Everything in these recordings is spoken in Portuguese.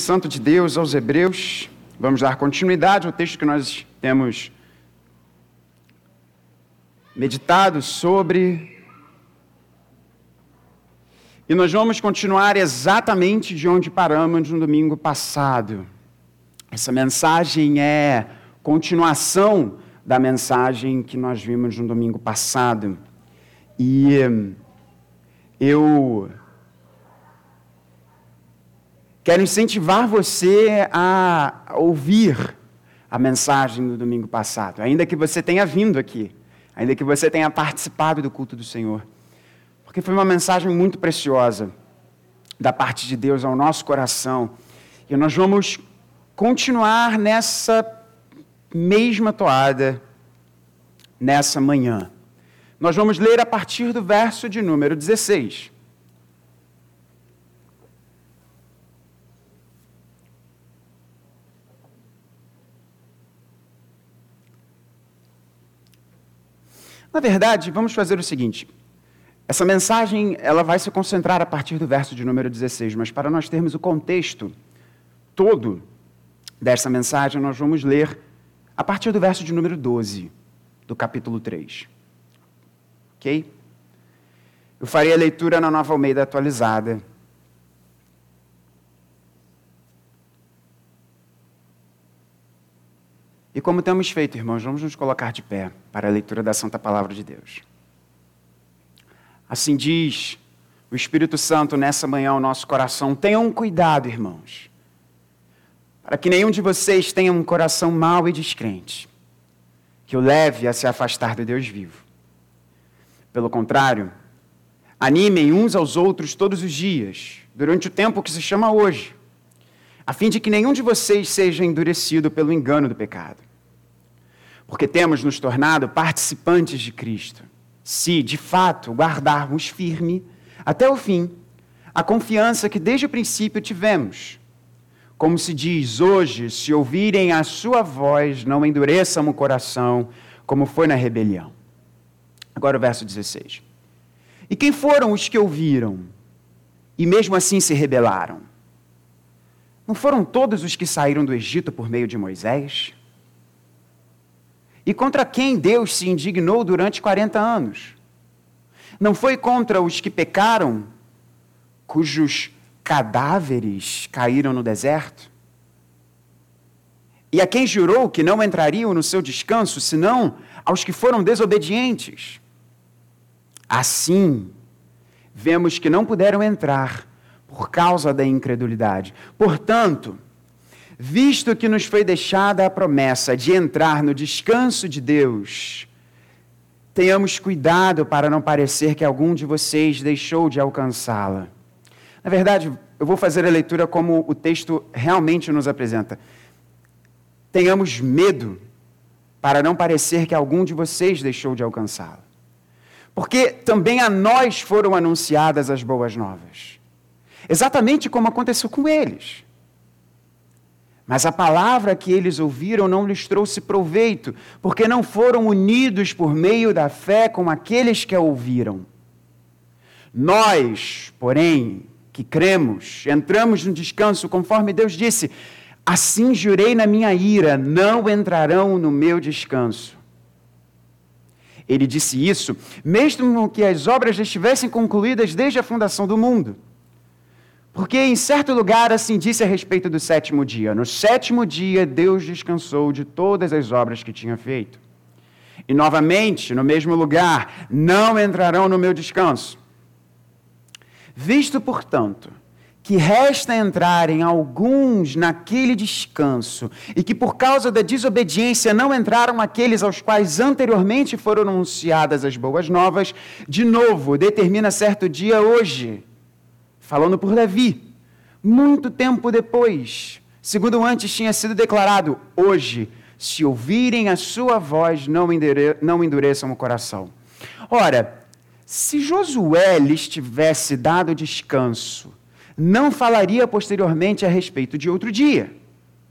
Santo de Deus aos Hebreus. Vamos dar continuidade ao texto que nós temos meditado sobre. E nós vamos continuar exatamente de onde paramos no domingo passado. Essa mensagem é continuação da mensagem que nós vimos no domingo passado. E eu quero incentivar você a ouvir a mensagem do domingo passado, ainda que você tenha vindo aqui, ainda que você tenha participado do culto do Senhor, porque foi uma mensagem muito preciosa da parte de Deus ao nosso coração. E nós vamos continuar nessa mesma toada nessa manhã. Nós vamos ler a partir do verso de número 16. Na verdade, vamos fazer o seguinte. Essa mensagem ela vai se concentrar a partir do verso de número 16, mas para nós termos o contexto todo dessa mensagem, nós vamos ler a partir do verso de número 12, do capítulo 3. Ok? Eu farei a leitura na Nova Almeida atualizada. E como temos feito, irmãos, vamos nos colocar de pé para a leitura da Santa Palavra de Deus. Assim diz o Espírito Santo nessa manhã ao nosso coração: tenham cuidado, irmãos, para que nenhum de vocês tenha um coração mau e descrente, que o leve a se afastar do Deus vivo. Pelo contrário, animem uns aos outros todos os dias, durante o tempo que se chama hoje, a fim de que nenhum de vocês seja endurecido pelo engano do pecado. Porque temos nos tornado participantes de Cristo, se, de fato, guardarmos firme, até o fim, a confiança que desde o princípio tivemos. Como se diz hoje, se ouvirem a sua voz, não endureçam o coração, como foi na rebelião. Agora o verso 16. E quem foram os que ouviram, e mesmo assim se rebelaram? Não foram todos os que saíram do Egito por meio de Moisés? E contra quem Deus se indignou durante 40 anos? Não foi contra os que pecaram, cujos cadáveres caíram no deserto? E a quem jurou que não entrariam no seu descanso, senão aos que foram desobedientes? Assim, vemos que não puderam entrar por causa da incredulidade. Portanto, visto que nos foi deixada a promessa de entrar no descanso de Deus, tenhamos cuidado para não parecer que algum de vocês deixou de alcançá-la. Na verdade, eu vou fazer a leitura como o texto realmente nos apresenta. Tenhamos medo para não parecer que algum de vocês deixou de alcançá-la. Porque também a nós foram anunciadas as boas novas, exatamente como aconteceu com eles. Mas a palavra que eles ouviram não lhes trouxe proveito, porque não foram unidos por meio da fé com aqueles que a ouviram. Nós, porém, que cremos, entramos no descanso, conforme Deus disse: assim jurei na minha ira, não entrarão no meu descanso. Ele disse isso, mesmo que as obras já estivessem concluídas desde a fundação do mundo. Porque em certo lugar assim disse a respeito do sétimo dia: no sétimo dia Deus descansou de todas as obras que tinha feito. E novamente, no mesmo lugar, não entrarão no meu descanso. Visto, portanto, que resta entrarem alguns naquele descanso, e que por causa da desobediência não entraram aqueles aos quais anteriormente foram anunciadas as boas novas, de novo determina certo dia hoje, falando por Davi, muito tempo depois, segundo antes tinha sido declarado: hoje, se ouvirem a sua voz, não endureçam o coração. Ora, se Josué lhes tivesse dado descanso, não falaria posteriormente a respeito de outro dia.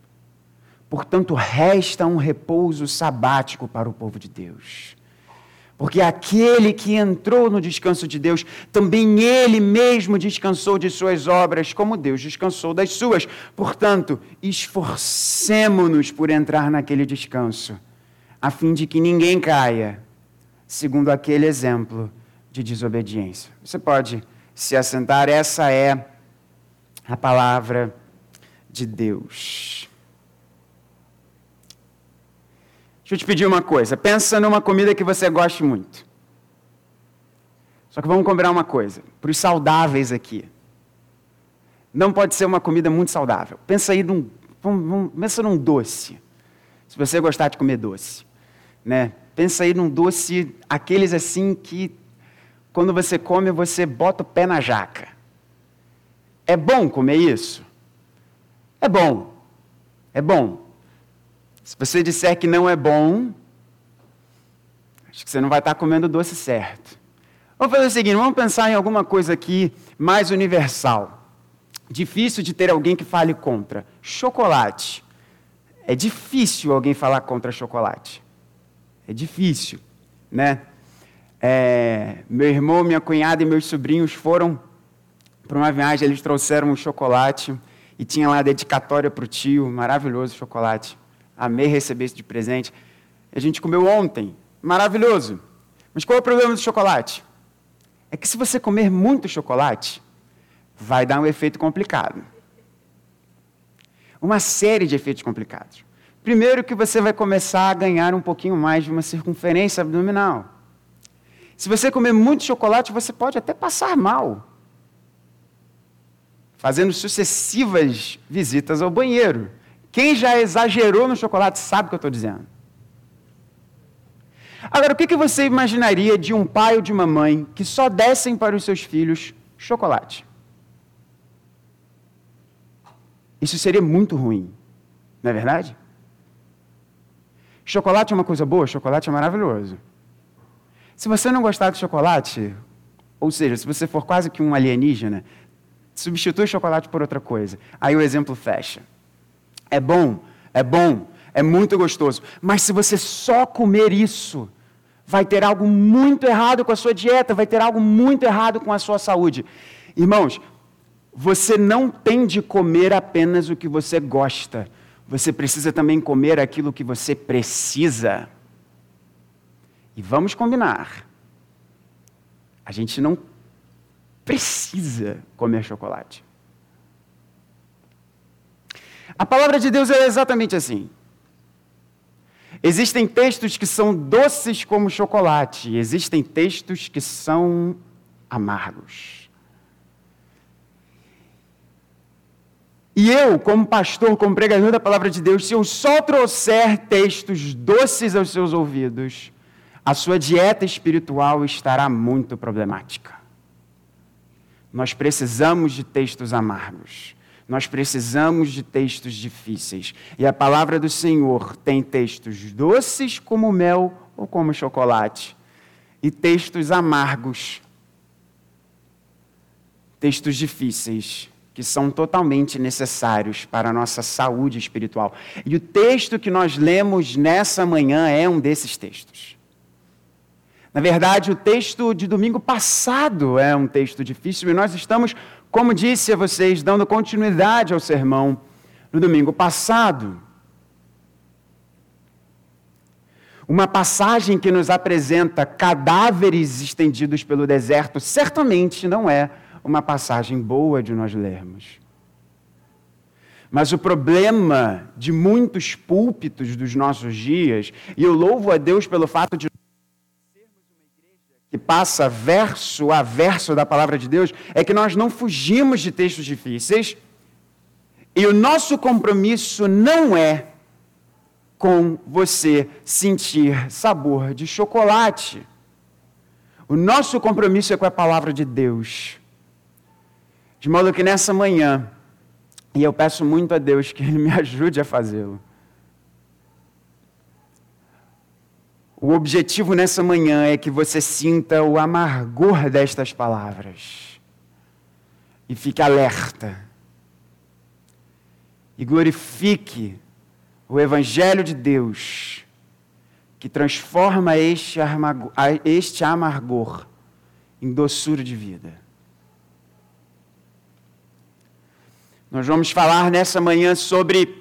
Portanto, resta um repouso sabático para o povo de Deus. Porque aquele que entrou no descanso de Deus, também ele mesmo descansou de suas obras, como Deus descansou das suas. Portanto, esforcemo-nos por entrar naquele descanso, a fim de que ninguém caia, segundo aquele exemplo de desobediência. Você pode se assentar, essa é a palavra de Deus. Deixa eu te pedir uma coisa. Pensa numa comida que você goste muito. Só que vamos combinar uma coisa. Para os saudáveis aqui. Não pode ser uma comida muito saudável. Pensa aí pensa num doce. Se você gostar de comer doce. Né? Pensa aí num doce, aqueles assim que, quando você come, você bota o pé na jaca. É bom comer isso? É bom. É bom. Se você disser que não é bom, acho que você não vai estar comendo o doce certo. Vamos fazer o seguinte, vamos pensar em alguma coisa aqui mais universal. Difícil de ter alguém que fale contra. Chocolate. É difícil alguém falar contra chocolate. É difícil, né? Meu irmão, minha cunhada e meus sobrinhos foram para uma viagem, eles trouxeram um chocolate e tinha lá a dedicatória para o tio, maravilhoso chocolate. Amei receber isso de presente. A gente comeu ontem. Maravilhoso. Mas qual é o problema do chocolate? É que se você comer muito chocolate, vai dar um efeito complicado. Uma série de efeitos complicados. Primeiro que você vai começar a ganhar um pouquinho mais de uma circunferência abdominal. Se você comer muito chocolate, você pode até passar mal. Fazendo sucessivas visitas ao banheiro. Quem já exagerou no chocolate sabe o que eu estou dizendo. Agora, o que você imaginaria de um pai ou de uma mãe que só dessem para os seus filhos chocolate? Isso seria muito ruim, não é verdade? Chocolate é uma coisa boa? Chocolate é maravilhoso. Se você não gostar de chocolate, ou seja, se você for quase que um alienígena, substitui o chocolate por outra coisa. Aí o exemplo fecha. É bom, é muito gostoso. Mas se você só comer isso, vai ter algo muito errado com a sua dieta, vai ter algo muito errado com a sua saúde. Irmãos, você não tem de comer apenas o que você gosta. Você precisa também comer aquilo que você precisa. E vamos combinar. A gente não precisa comer chocolate. A palavra de Deus é exatamente assim. Existem textos que são doces como chocolate, e existem textos que são amargos. E eu, como pastor, como pregador da palavra de Deus, se eu só trouxer textos doces aos seus ouvidos, a sua dieta espiritual estará muito problemática. Nós precisamos de textos amargos. Nós precisamos de textos difíceis. E a palavra do Senhor tem textos doces como mel ou como chocolate. E textos amargos. Textos difíceis, que são totalmente necessários para a nossa saúde espiritual. E o texto que nós lemos nessa manhã é um desses textos. Na verdade, o texto de domingo passado é um texto difícil e nós estamos, como disse a vocês, dando continuidade ao sermão no domingo passado. Uma passagem que nos apresenta cadáveres estendidos pelo deserto, certamente não é uma passagem boa de nós lermos. Mas o problema de muitos púlpitos dos nossos dias, e eu louvo a Deus pelo fato de que passa verso a verso da palavra de Deus, é que nós não fugimos de textos difíceis, e o nosso compromisso não é com você sentir sabor de chocolate. O nosso compromisso é com a palavra de Deus. De modo que nessa manhã, e eu peço muito a Deus que Ele me ajude a fazê-lo, o objetivo nessa manhã é que você sinta o amargor destas palavras. E fique alerta. E glorifique o Evangelho de Deus que transforma este amargor em doçura de vida. Nós vamos falar nessa manhã sobre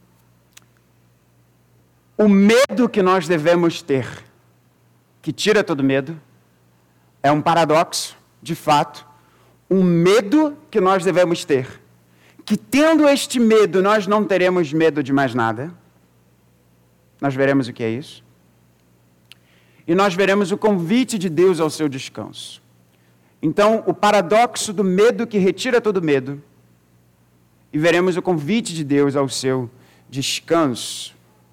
o medo que nós devemos ter, que tira todo medo. É um paradoxo, de fato. Um medo que nós devemos ter, que tendo este medo, nós não teremos medo de mais nada. Nós veremos o que é isso. E nós veremos o convite de Deus ao seu descanso. Então, o paradoxo do medo que retira todo medo, e veremos o convite de Deus ao seu descanso.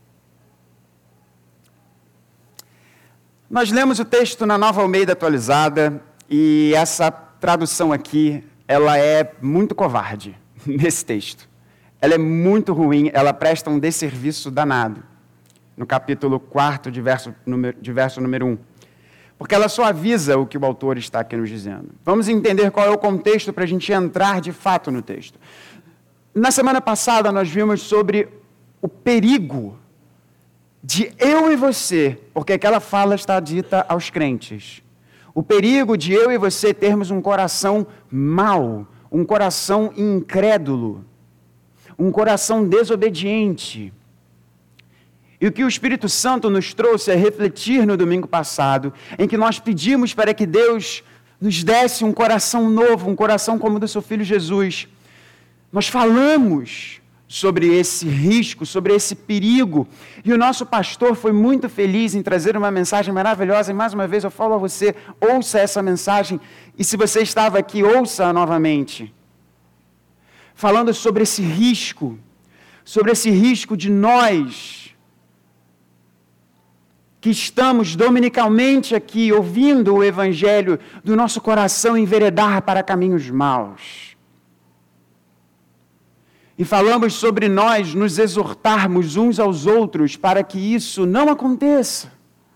Nós lemos o texto na Nova Almeida Atualizada, e essa tradução aqui, ela é muito covarde nesse texto. Ela é muito ruim, ela presta um desserviço danado. No capítulo 4, de verso número 1. Porque ela só avisa o que o autor está aqui nos dizendo. Vamos entender qual é o contexto para a gente entrar de fato no texto. Na semana passada nós vimos sobre o perigo de eu e você, porque aquela fala está dita aos crentes. O perigo de eu e você termos um coração mau, um coração incrédulo, um coração desobediente. E o que o Espírito Santo nos trouxe a refletir no domingo passado, em que nós pedimos para que Deus nos desse um coração novo, um coração como o do seu Filho Jesus. Nós falamos sobre esse risco, sobre esse perigo, e o nosso pastor foi muito feliz em trazer uma mensagem maravilhosa, e mais uma vez eu falo a você, ouça essa mensagem, e se você estava aqui, ouça novamente. Falando sobre esse risco de nós, que estamos dominicalmente aqui, ouvindo o Evangelho, do nosso coração enveredar para caminhos maus. E falamos sobre nós nos exortarmos uns aos outros para que isso não aconteça.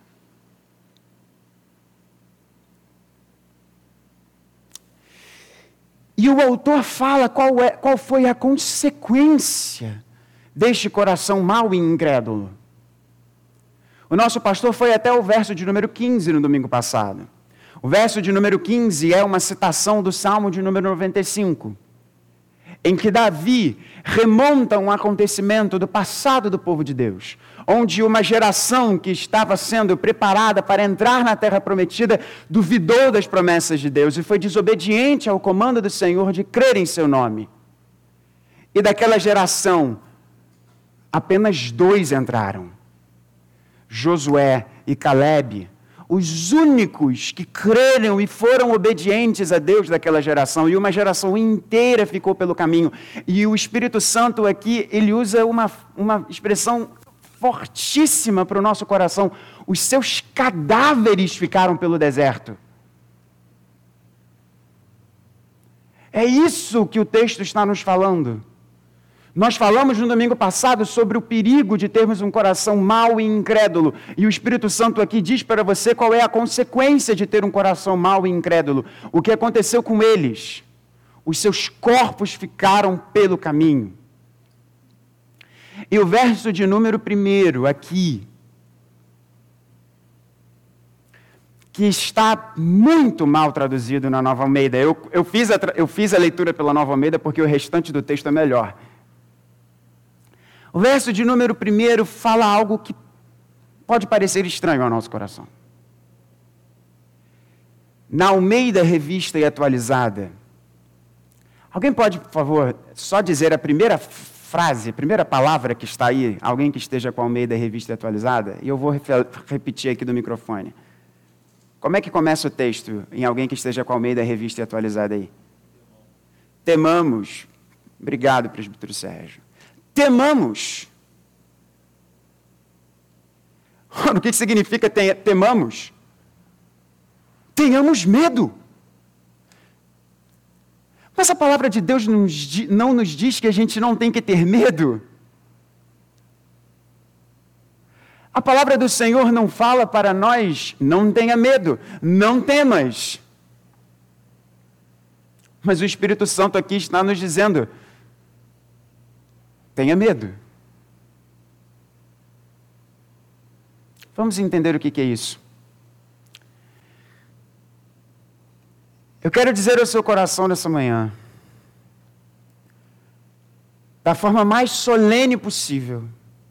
E o autor fala qual foi a consequência deste coração mau e incrédulo. O nosso pastor foi até o verso de número 15 no domingo passado. O verso de número 15 é uma citação do Salmo de número 95, em que Davi remonta um acontecimento do passado do povo de Deus, onde uma geração que estava sendo preparada para entrar na terra prometida duvidou das promessas de Deus e foi desobediente ao comando do Senhor de crer em seu nome. E daquela geração, apenas 2 entraram, Josué e Calebe, os únicos que creram e foram obedientes a Deus daquela geração, e uma geração inteira ficou pelo caminho. E o Espírito Santo aqui, ele usa uma expressão fortíssima para o nosso coração: os seus cadáveres ficaram pelo deserto. É isso que o texto está nos falando. Nós falamos no domingo passado sobre o perigo de termos um coração mau e incrédulo. E o Espírito Santo aqui diz para você qual é a consequência de ter um coração mau e incrédulo. O que aconteceu com eles? Os seus corpos ficaram pelo caminho. E o verso de número 1 aqui, que está muito mal traduzido na Nova Almeida. Eu fiz a leitura pela Nova Almeida porque o restante do texto é melhor. O verso de número 1 fala algo que pode parecer estranho ao nosso coração. Na Almeida Revista e Atualizada, alguém pode, por favor, só dizer a primeira frase, a primeira palavra que está aí, alguém que esteja com a Almeida Revista e Atualizada, e eu vou repetir aqui do microfone. Como é que começa o texto em alguém que esteja com a Almeida Revista e Atualizada aí? Temamos. Obrigado, presbítero Sérgio. Temamos. O que significa temamos? Tenhamos medo. Mas a palavra de Deus não nos diz que a gente não tem que ter medo. A palavra do Senhor não fala para nós: não tenha medo, não temas. Mas o Espírito Santo aqui está nos dizendo: tenha medo. Vamos entender o que é isso. Eu quero dizer ao seu coração nessa manhã, da forma mais solene possível,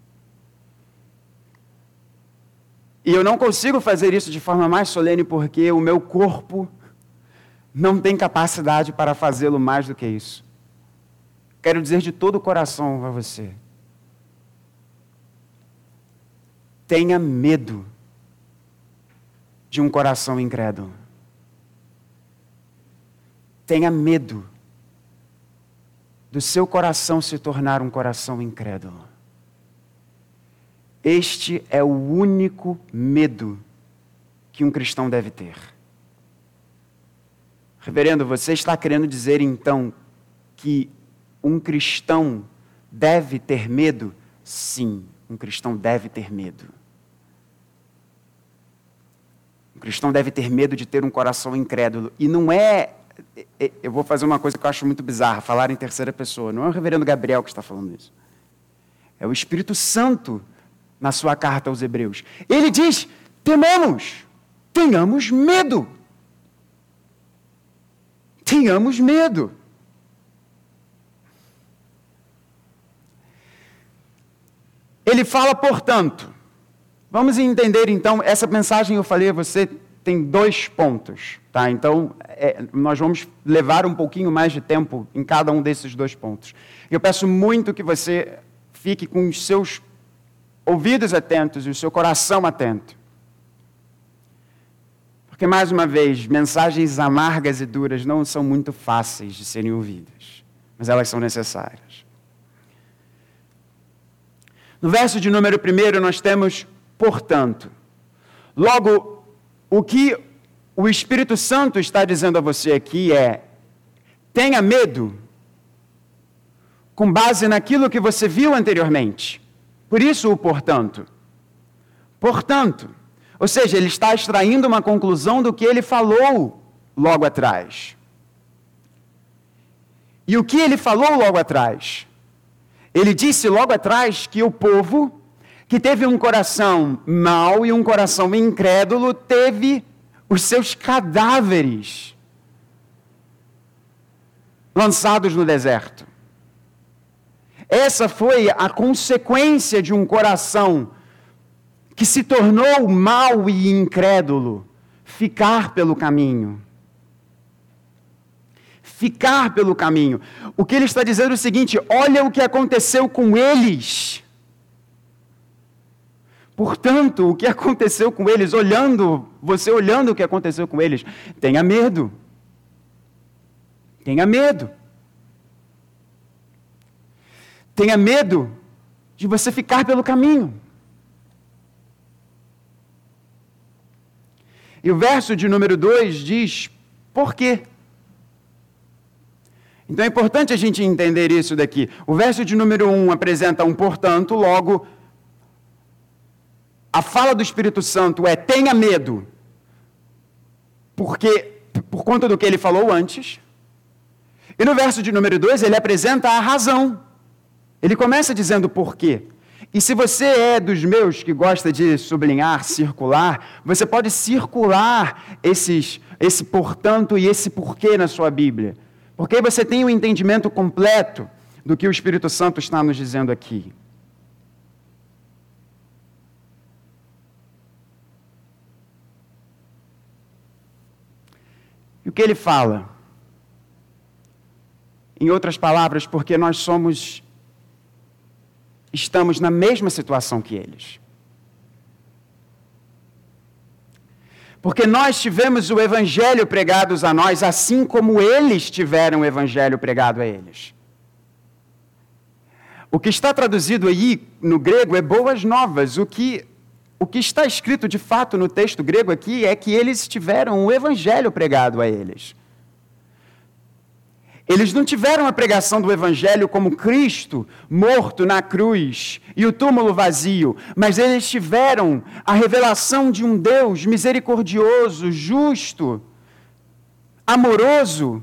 e eu não consigo fazer isso de forma mais solene porque o meu corpo não tem capacidade para fazê-lo mais do que isso. Quero dizer de todo o coração a você: tenha medo de um coração incrédulo. Tenha medo do seu coração se tornar um coração incrédulo. Este é o único medo que um cristão deve ter. Reverendo, você está querendo dizer então que um cristão deve ter medo? Sim, um cristão deve ter medo. Um cristão deve ter medo de ter um coração incrédulo. E não é... Eu vou fazer uma coisa que eu acho muito bizarra, falar em terceira pessoa. Não é o reverendo Gabriel que está falando isso. É o Espírito Santo na sua carta aos Hebreus. Ele diz: temamos, tenhamos medo. Tenhamos medo. Ele fala, portanto, vamos entender então, essa mensagem eu falei a você, tem 2 pontos, tá? Então, nós vamos levar um pouquinho mais de tempo em cada um desses 2 pontos. Eu peço muito que você fique com os seus ouvidos atentos e o seu coração atento. Porque, mais uma vez, mensagens amargas e duras não são muito fáceis de serem ouvidas, mas elas são necessárias. No verso de número 1, nós temos, portanto. Logo, o que o Espírito Santo está dizendo a você aqui é: tenha medo, com base naquilo que você viu anteriormente. Por isso o portanto. Portanto, ou seja, ele está extraindo uma conclusão do que ele falou logo atrás. E o que ele falou logo atrás? Ele disse logo atrás que o povo que teve um coração mau e um coração incrédulo teve os seus cadáveres lançados no deserto. Essa foi a consequência de um coração que se tornou mau e incrédulo, ficar pelo caminho. Ficar pelo caminho. O que ele está dizendo é o seguinte: olha o que aconteceu com eles. Portanto, o que aconteceu com eles, você olhando o que aconteceu com eles, tenha medo. Tenha medo. Tenha medo de você ficar pelo caminho. E o verso de número 2 diz, por quê? Então é importante a gente entender isso daqui. O verso de número 1 apresenta um portanto, logo, a fala do Espírito Santo é: tenha medo, porque, por conta do que ele falou antes. E no verso de número 2 ele apresenta a razão. Ele começa dizendo por quê. E se você é dos meus que gosta de sublinhar, circular, você pode circular esse portanto e esse porquê na sua Bíblia. Porque aí você tem um entendimento completo do que o Espírito Santo está nos dizendo aqui. E o que ele fala? Em outras palavras, porque nós estamos na mesma situação que eles. Porque nós tivemos o Evangelho pregado a nós, assim como eles tiveram o Evangelho pregado a eles. O que está traduzido aí no grego é boas novas. O que está escrito de fato no texto grego aqui é que eles tiveram o Evangelho pregado a eles. Eles não tiveram a pregação do Evangelho como Cristo morto na cruz e o túmulo vazio, mas eles tiveram a revelação de um Deus misericordioso, justo, amoroso,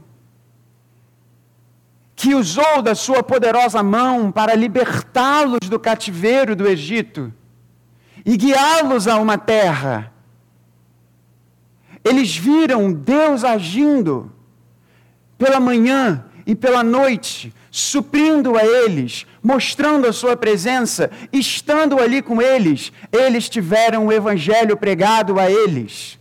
que usou da sua poderosa mão para libertá-los do cativeiro do Egito e guiá-los a uma terra. Eles viram Deus agindo pela manhã e pela noite, suprindo a eles, mostrando a sua presença, estando ali com eles. Eles tiveram o evangelho pregado a eles.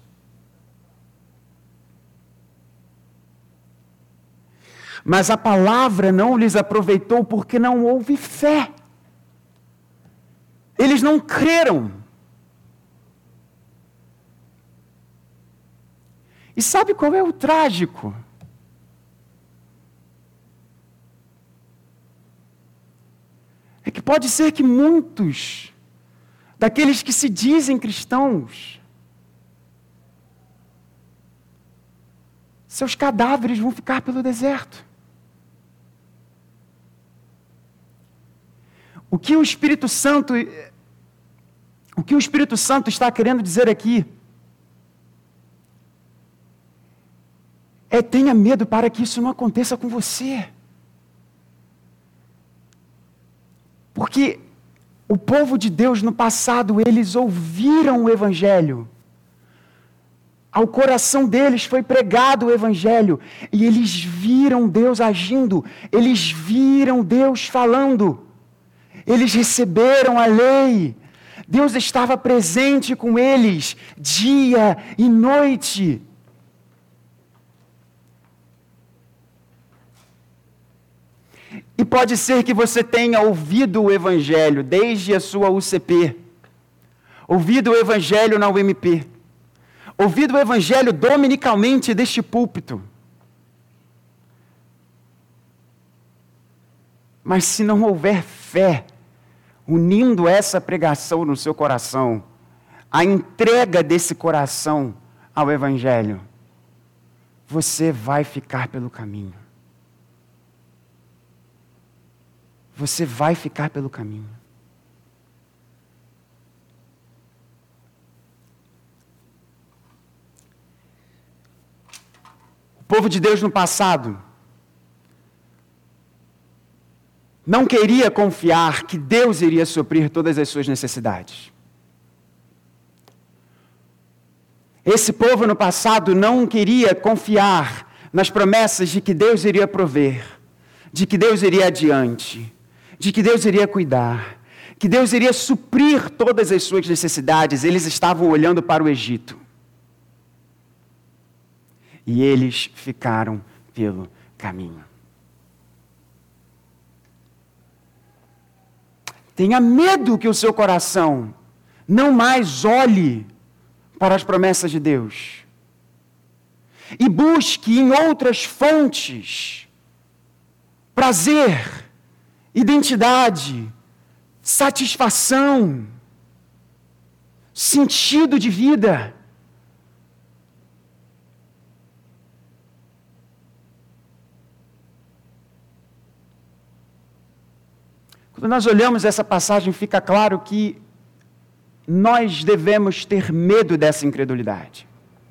Mas a palavra não lhes aproveitou porque não houve fé. Eles não creram. E sabe qual é o trágico? É que pode ser que muitos daqueles que se dizem cristãos, seus cadáveres vão ficar pelo deserto. O que o Espírito Santo está querendo dizer aqui é: tenha medo para que isso não aconteça com você. Porque o povo de Deus no passado, eles ouviram o Evangelho. Ao coração deles foi pregado o Evangelho. E eles viram Deus agindo. Eles viram Deus falando. Eles receberam a lei. Deus estava presente com eles, dia e noite. E pode ser que você tenha ouvido o Evangelho desde a sua UCP, ouvido o Evangelho na UMP, ouvido o Evangelho dominicalmente deste púlpito. Mas se não houver fé, unindo essa pregação no seu coração, a entrega desse coração ao Evangelho, você vai ficar pelo caminho. Você vai ficar pelo caminho. O povo de Deus no passado não queria confiar que Deus iria suprir todas as suas necessidades. Esse povo no passado não queria confiar nas promessas de que Deus iria prover, de que Deus iria adiante, de que Deus iria cuidar, que Deus iria suprir todas as suas necessidades. Eles estavam olhando para o Egito. E eles ficaram pelo caminho. Tenha medo que o seu coração não mais olhe para as promessas de Deus. E busque em outras fontes prazer, identidade, satisfação, sentido de vida. Quando nós olhamos essa passagem, fica claro que nós devemos ter medo dessa incredulidade.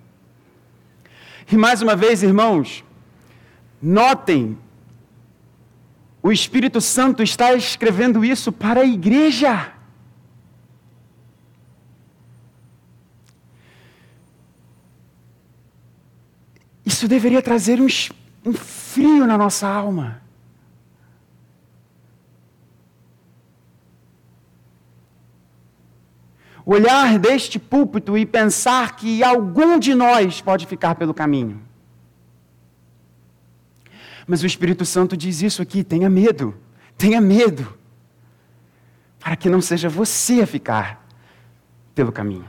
E mais uma vez, irmãos, notem, o Espírito Santo está escrevendo isso para a igreja. Isso deveria trazer um frio na nossa alma. Olhar deste púlpito e pensar que algum de nós pode ficar pelo caminho. Mas o Espírito Santo diz isso aqui: tenha medo, para que não seja você a ficar pelo caminho.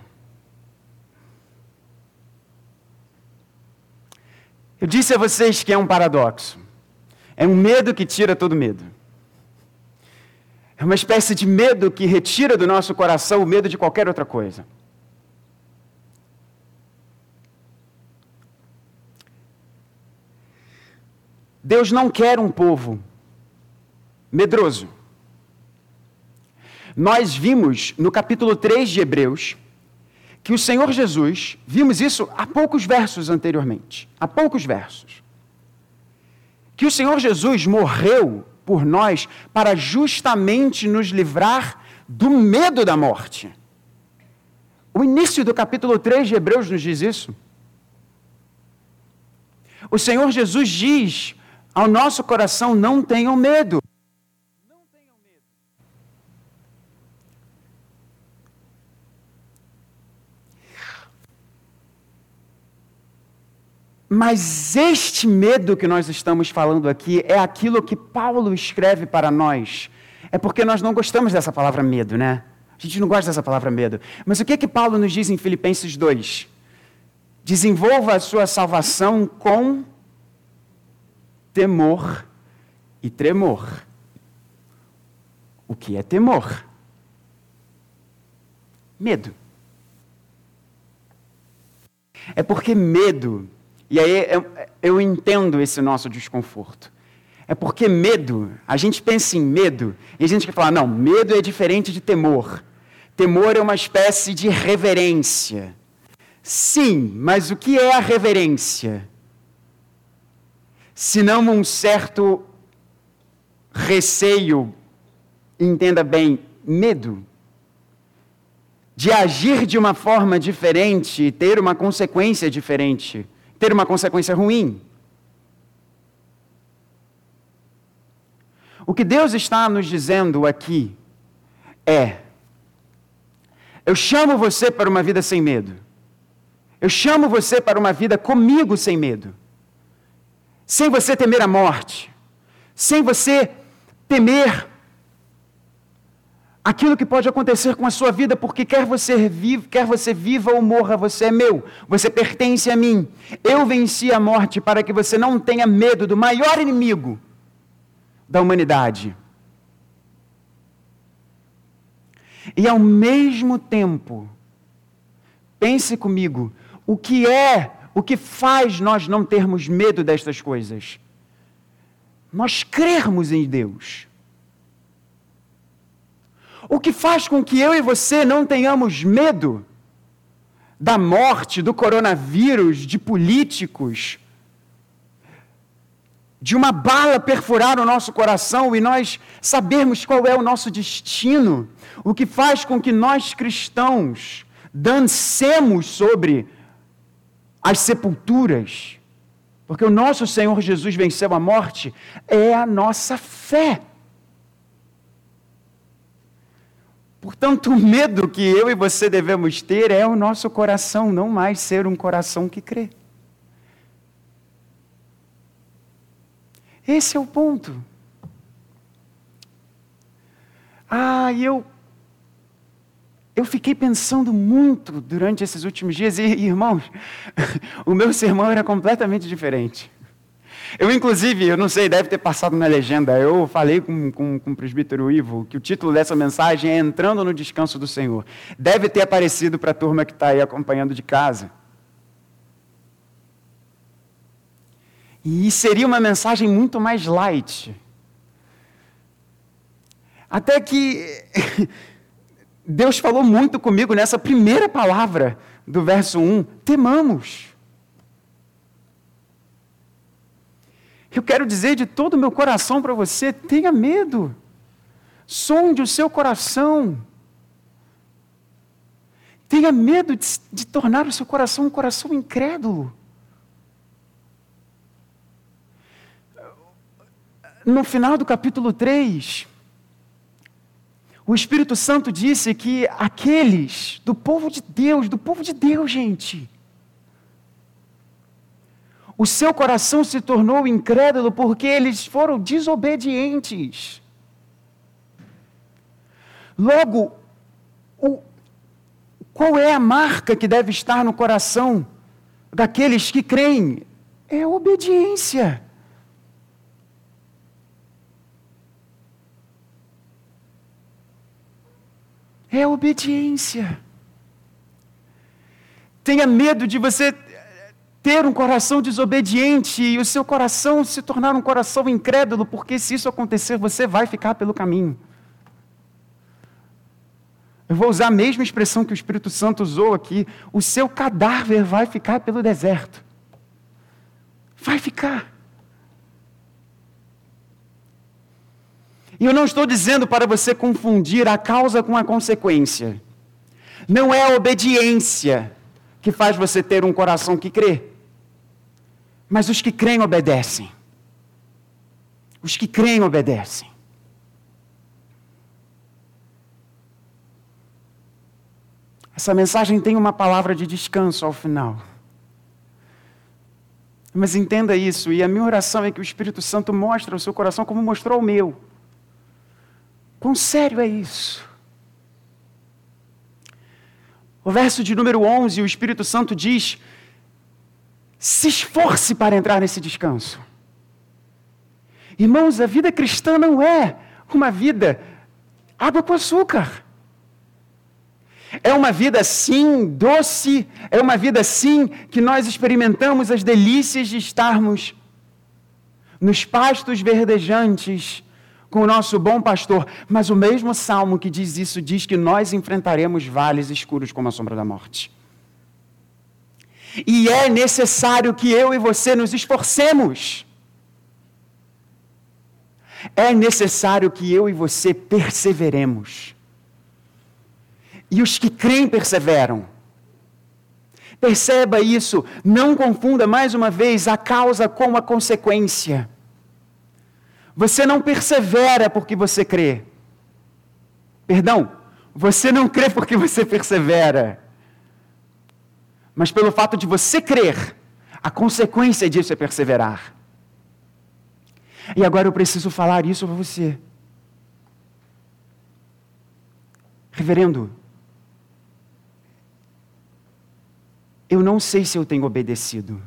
Eu disse a vocês que é um paradoxo. É um medo que tira todo medo. É uma espécie de medo que retira do nosso coração o medo de qualquer outra coisa. Deus não quer um povo medroso. Nós vimos no capítulo 3 de Hebreus que o Senhor Jesus, vimos isso há poucos versos anteriormente, que o Senhor Jesus morreu por nós para justamente nos livrar do medo da morte. O início do capítulo 3 de Hebreus nos diz isso. O Senhor Jesus diz ao nosso coração: não tenham medo. Não tenham medo. Mas este medo que nós estamos falando aqui é aquilo que Paulo escreve para nós. É porque nós não gostamos dessa palavra medo, né? A gente não gosta dessa palavra medo. Mas o que Paulo nos diz em Filipenses 2? Desenvolva a sua salvação com temor e tremor. O que é temor? Medo. É porque medo, e aí eu entendo esse nosso desconforto. É porque medo, a gente pensa em medo, e a gente quer falar, não, medo é diferente de temor. Temor é uma espécie de reverência. Sim, mas o que é a reverência? Se não um certo receio, entenda bem, medo, de agir de uma forma diferente e ter uma consequência diferente, ter uma consequência ruim. O que Deus está nos dizendo aqui é: eu chamo você para uma vida sem medo. Eu chamo você para uma vida comigo sem medo. Sem você temer a morte. Sem você temer aquilo que pode acontecer com a sua vida, porque quer você viva ou morra, você é meu. Você pertence a mim. Eu venci a morte para que você não tenha medo do maior inimigo da humanidade. E ao mesmo tempo, pense comigo, o que faz nós não termos medo destas coisas? Nós crermos em Deus. O que faz com que eu e você não tenhamos medo da morte, do coronavírus, de políticos, de uma bala perfurar o nosso coração e nós sabermos qual é o nosso destino, o que faz com que nós cristãos dancemos sobre as sepulturas, porque o nosso Senhor Jesus venceu a morte, é a nossa fé. Portanto, o medo que eu e você devemos ter é o nosso coração, não mais ser um coração que crê. Esse é o ponto. Eu fiquei pensando muito durante esses últimos dias, e irmãos, o meu sermão era completamente diferente. Eu não sei, deve ter passado na legenda, eu falei com o presbítero Ivo que o título dessa mensagem é Entrando no Descanso do Senhor. Deve ter aparecido para a turma que está aí acompanhando de casa. E seria uma mensagem muito mais light. Até que Deus falou muito comigo nessa primeira palavra do verso 1, temamos. Eu quero dizer de todo o meu coração para você, tenha medo. Sonde o seu coração. Tenha medo de tornar o seu coração um coração incrédulo. No final do capítulo 3, o Espírito Santo disse que aqueles do povo de Deus, gente, o seu coração se tornou incrédulo porque eles foram desobedientes. Logo, qual é a marca que deve estar no coração daqueles que creem? É a obediência. É a obediência. Tenha medo de você ter um coração desobediente e o seu coração se tornar um coração incrédulo, porque se isso acontecer, você vai ficar pelo caminho. Eu vou usar a mesma expressão que o Espírito Santo usou aqui. O seu cadáver vai ficar pelo deserto. Vai ficar. E eu não estou dizendo para você confundir a causa com a consequência. Não é a obediência que faz você ter um coração que crê. Mas os que creem obedecem. Os que creem obedecem. Essa mensagem tem uma palavra de descanso ao final. Mas entenda isso, e a minha oração é que o Espírito Santo mostre ao seu coração como mostrou ao meu. Quão sério é isso? O verso de número 11, o Espírito Santo diz: se esforce para entrar nesse descanso. Irmãos, a vida cristã não é uma vida água com açúcar. É uma vida, sim, doce, é uma vida, sim, que nós experimentamos as delícias de estarmos nos pastos verdejantes com o nosso bom pastor. Mas o mesmo Salmo que diz isso, diz que nós enfrentaremos vales escuros como a sombra da morte. E é necessário que eu e você nos esforcemos. É necessário que eu e você perseveremos. E os que creem perseveram. Perceba isso, não confunda mais uma vez a causa com a consequência. Você não persevera porque você crê. Perdão, você não crê porque você persevera. Mas pelo fato de você crer, a consequência disso é perseverar. E agora eu preciso falar isso para você. Reverendo, eu não sei se eu tenho obedecido.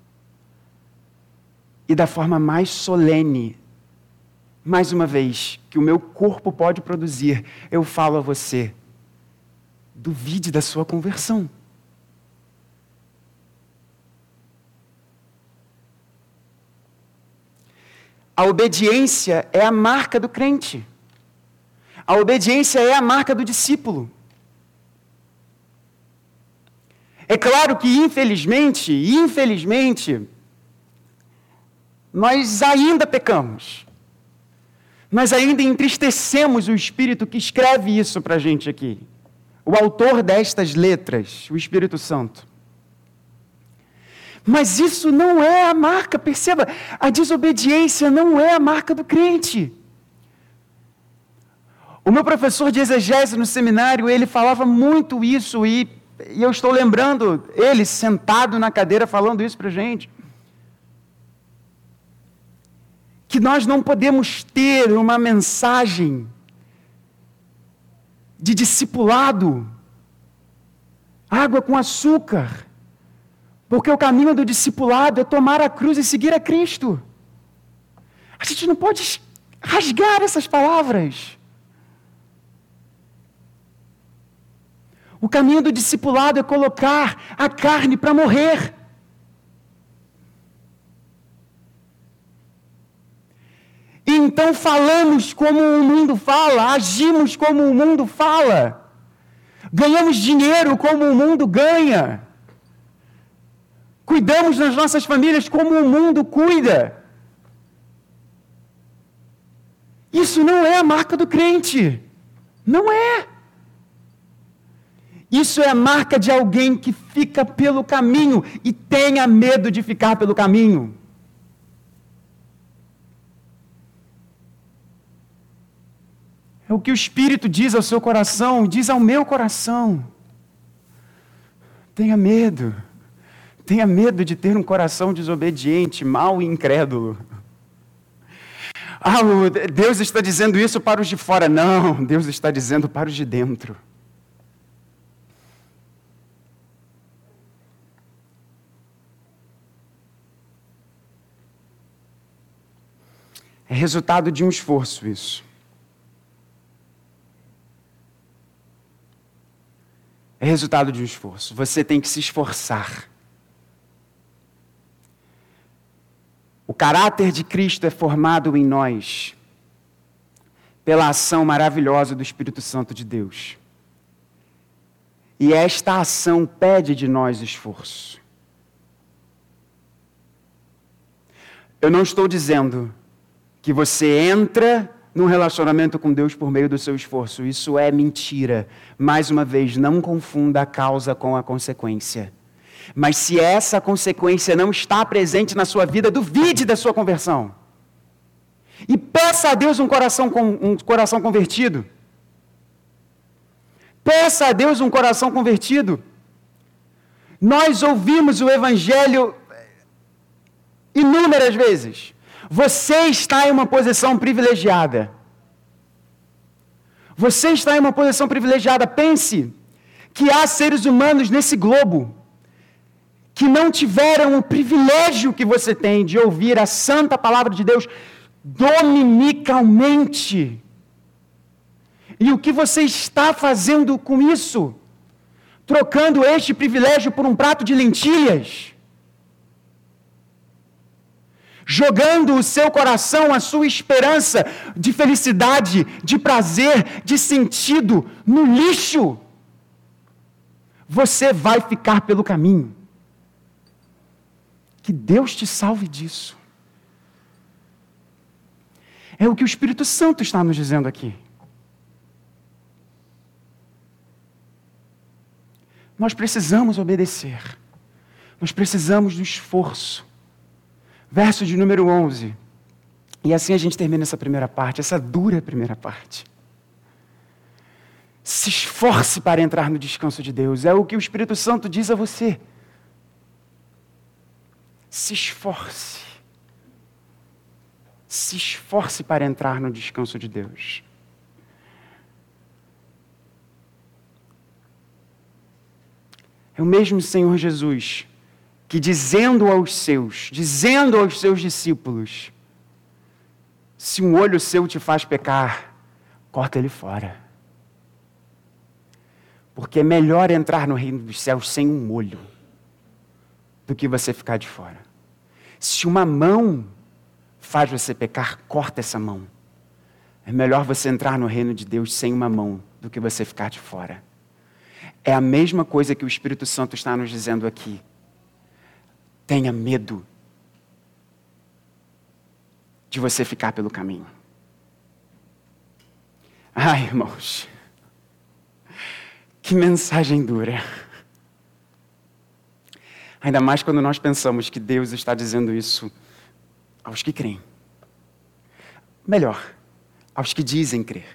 E da forma mais solene, mais uma vez, que o meu corpo pode produzir, eu falo a você: duvide da sua conversão. A obediência é a marca do crente. A obediência é a marca do discípulo. É claro que, infelizmente, nós ainda pecamos. Nós ainda entristecemos o Espírito que escreve isso para a gente aqui. O autor destas letras, o Espírito Santo. Mas isso não é a marca, perceba, a desobediência não é a marca do crente. O meu professor de exegese no seminário, ele falava muito isso, e eu estou lembrando ele sentado na cadeira falando isso para a gente. Que nós não podemos ter uma mensagem de discipulado, água com açúcar, porque o caminho do discipulado é tomar a cruz e seguir a Cristo. A gente não pode rasgar essas palavras. O caminho do discipulado é colocar a carne para morrer. E então falamos como o mundo fala, agimos como o mundo fala, ganhamos dinheiro como o mundo ganha, cuidamos das nossas famílias como o mundo cuida. Isso não é a marca do crente. Não é. Isso é a marca de alguém que fica pelo caminho e tenha medo de ficar pelo caminho. É o que o Espírito diz ao seu coração, diz ao meu coração. Tenha medo. Tenha medo de ter um coração desobediente, mau e incrédulo. Deus está dizendo isso para os de fora. Não, Deus está dizendo para os de dentro. É resultado de um esforço isso. É resultado de um esforço. Você tem que se esforçar. O caráter de Cristo é formado em nós pela ação maravilhosa do Espírito Santo de Deus. E esta ação pede de nós esforço. Eu não estou dizendo que você entra num relacionamento com Deus por meio do seu esforço. Isso é mentira. Mais uma vez, não confunda a causa com a consequência. Mas se essa consequência não está presente na sua vida, duvide da sua conversão. E peça a Deus um coração convertido. Peça a Deus um coração convertido. Nós ouvimos o Evangelho inúmeras vezes. Você está em uma posição privilegiada. Você está em uma posição privilegiada. Pense que há seres humanos nesse globo que não tiveram o privilégio que você tem de ouvir a santa palavra de Deus dominicalmente. E o que você está fazendo com isso? Trocando este privilégio por um prato de lentilhas? Jogando o seu coração, a sua esperança de felicidade, de prazer, de sentido no lixo? Você vai ficar pelo caminho. Que Deus te salve disso. É o que o Espírito Santo está nos dizendo aqui. Nós precisamos obedecer. Nós precisamos do esforço. Verso de número 11. E assim a gente termina essa primeira parte, essa dura primeira parte. Se esforce para entrar no descanso de Deus. É o que o Espírito Santo diz a você. Se esforce. Se esforce para entrar no descanso de Deus. É o mesmo Senhor Jesus que dizendo aos seus discípulos, se um olho seu te faz pecar, corta ele fora. Porque é melhor entrar no reino dos céus sem um olho do que você ficar de fora. Se uma mão faz você pecar, corta essa mão. É melhor você entrar no reino de Deus sem uma mão do que você ficar de fora. É a mesma coisa que o Espírito Santo está nos dizendo aqui. Tenha medo de você ficar pelo caminho. Ai, irmãos, que mensagem dura. Ainda mais quando nós pensamos que Deus está dizendo isso aos que creem. Melhor, aos que dizem crer.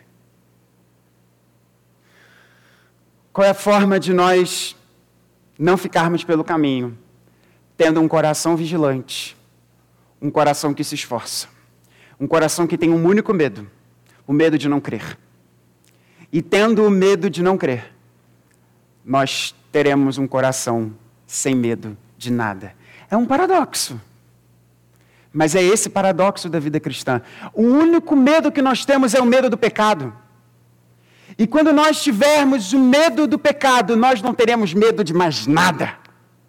Qual é a forma de nós não ficarmos pelo caminho? Tendo um coração vigilante, um coração que se esforça, um coração que tem um único medo, o medo de não crer. E tendo o medo de não crer, nós teremos um coração sem medo de nada. É um paradoxo. Mas é esse paradoxo da vida cristã. O único medo que nós temos é o medo do pecado. E quando nós tivermos o medo do pecado, nós não teremos medo de mais nada.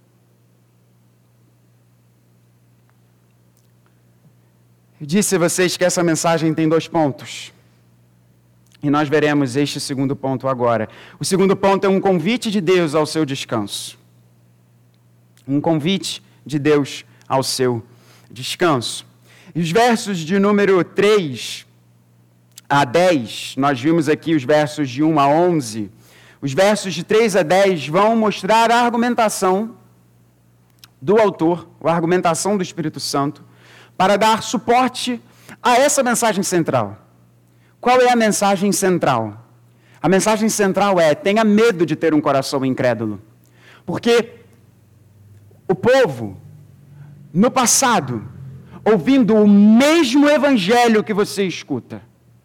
Eu disse a vocês que essa mensagem tem 2 pontos. E nós veremos este segundo ponto agora. O segundo ponto é um convite de Deus ao seu descanso. Um convite de Deus ao seu descanso. E os versos de número 3 a 10, nós vimos aqui os versos de 1 a 11. Os versos de 3 a 10 vão mostrar a argumentação do autor, a argumentação do Espírito Santo, para dar suporte a essa mensagem central. Qual é a mensagem central? A mensagem central é: tenha medo de ter um coração incrédulo. Porque o povo, no passado, ouvindo o mesmo evangelho que você escuta,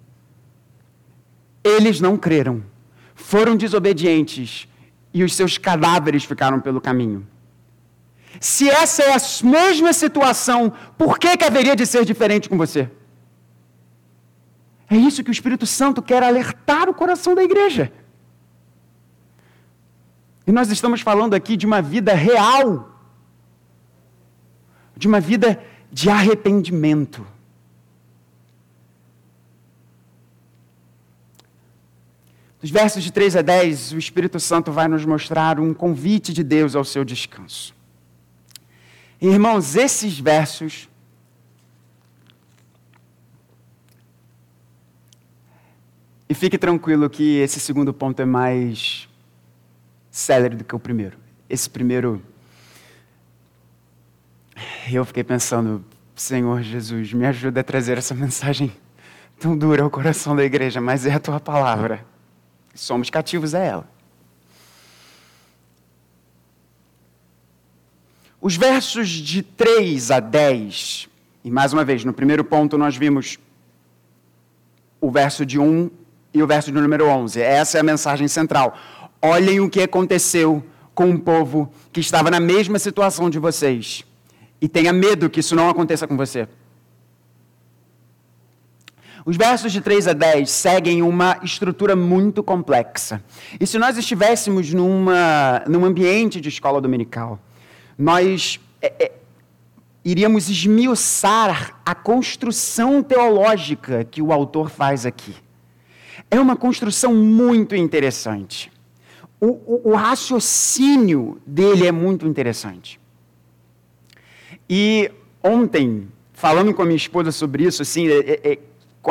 eles não creram, foram desobedientes e os seus cadáveres ficaram pelo caminho. Se essa é a mesma situação, por que haveria de ser diferente com você? É isso que o Espírito Santo quer alertar o coração da igreja. E nós estamos falando aqui de uma vida real, de uma vida de arrependimento. Dos versos de 3 a 10, o Espírito Santo vai nos mostrar um convite de Deus ao seu descanso. Irmãos, esses versos E fique tranquilo que esse segundo ponto é mais célere do que o primeiro. Esse primeiro, eu fiquei pensando, Senhor Jesus, me ajuda a trazer essa mensagem tão dura ao coração da igreja, mas é a tua palavra. Somos cativos a ela. Os versos de 3 a 10, e mais uma vez, no primeiro ponto nós vimos o verso de 1 e o verso de número 11. Essa é a mensagem central. Olhem o que aconteceu com um povo que estava na mesma situação de vocês. E tenha medo que isso não aconteça com você. Os versos de 3 a 10 seguem uma estrutura muito complexa. E se nós estivéssemos num ambiente de escola dominical, nós iríamos esmiuçar a construção teológica que o autor faz aqui. É uma construção muito interessante. O raciocínio dele é muito interessante. E ontem, falando com a minha esposa sobre isso, assim, com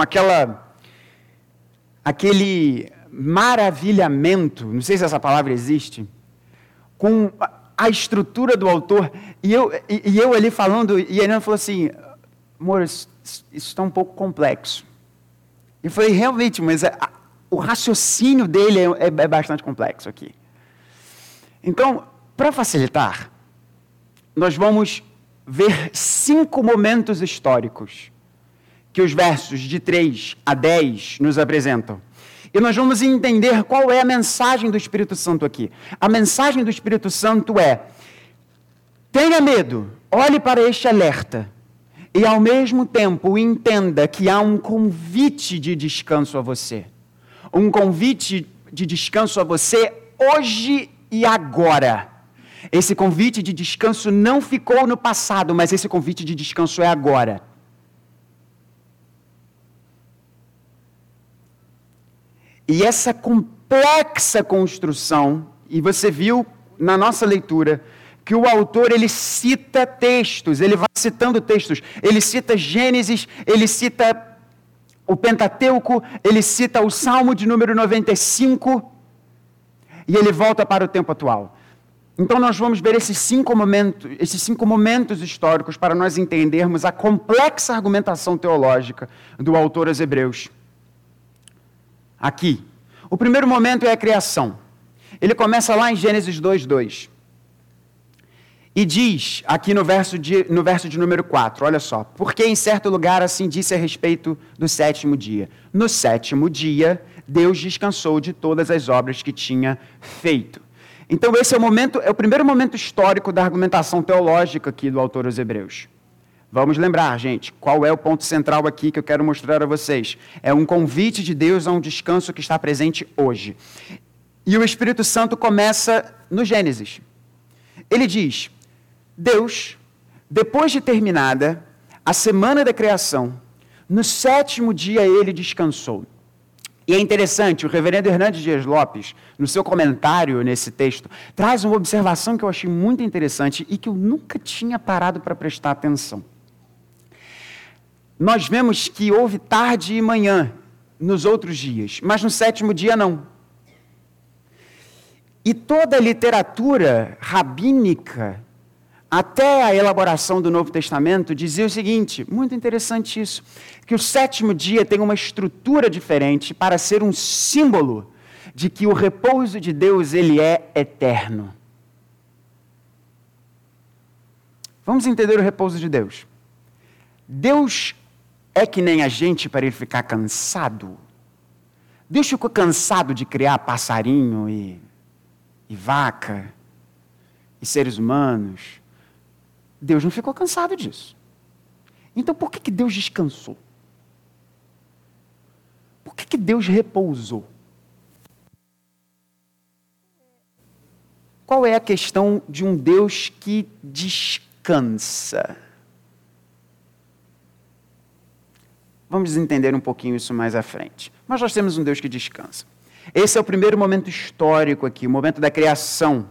aquele maravilhamento, não sei se essa palavra existe, com a estrutura do autor, e eu ali falando, e a Ana falou assim, amor, isso está um pouco complexo. E eu falei, realmente, mas o raciocínio dele é bastante complexo aqui. Então, para facilitar, nós vamos ver 5 momentos históricos que os versos de 3 a 10 nos apresentam. E nós vamos entender qual é a mensagem do Espírito Santo aqui. A mensagem do Espírito Santo é: tenha medo, olhe para este alerta, e ao mesmo tempo entenda que há um convite de descanso a você. Um convite de descanso a você hoje e agora. Esse convite de descanso não ficou no passado, mas esse convite de descanso é agora. E essa complexa construção, e você viu na nossa leitura, que o autor ele cita textos, ele vai citando textos, ele cita Gênesis, ele cita o Pentateuco, ele cita o Salmo de número 95, e ele volta para o tempo atual. Então nós vamos ver esses cinco momentos históricos para nós entendermos a complexa argumentação teológica do autor aos Hebreus. Aqui, o primeiro momento é a criação. Ele começa lá em Gênesis 2:2. E diz, aqui no verso de número 4, olha só, porque em certo lugar assim disse a respeito do sétimo dia. No sétimo dia, Deus descansou de todas as obras que tinha feito. Então esse é o primeiro momento histórico da argumentação teológica aqui do autor aos Hebreus. Vamos lembrar, gente, qual é o ponto central aqui que eu quero mostrar a vocês. É um convite de Deus a um descanso que está presente hoje. E o Espírito Santo começa no Gênesis. Ele diz: Deus, depois de terminada a semana da criação, no sétimo dia ele descansou. E é interessante, o reverendo Hernandes Dias Lopes, no seu comentário nesse texto, traz uma observação que eu achei muito interessante e que eu nunca tinha parado para prestar atenção. Nós vemos que houve tarde e manhã nos outros dias, mas no sétimo dia não. E toda a literatura rabínica, até a elaboração do Novo Testamento, dizia o seguinte, muito interessante isso, que o sétimo dia tem uma estrutura diferente para ser um símbolo de que o repouso de Deus ele é eterno. Vamos entender o repouso de Deus. Deus é que nem a gente para ele ficar cansado. Deus ficou cansado de criar passarinho e vaca e seres humanos. Deus não ficou cansado disso. Então, por que Deus descansou? Por que Deus repousou? Qual é a questão de um Deus que descansa? Vamos entender um pouquinho isso mais à frente. Mas nós temos um Deus que descansa. Esse é o primeiro momento histórico aqui, o momento da criação.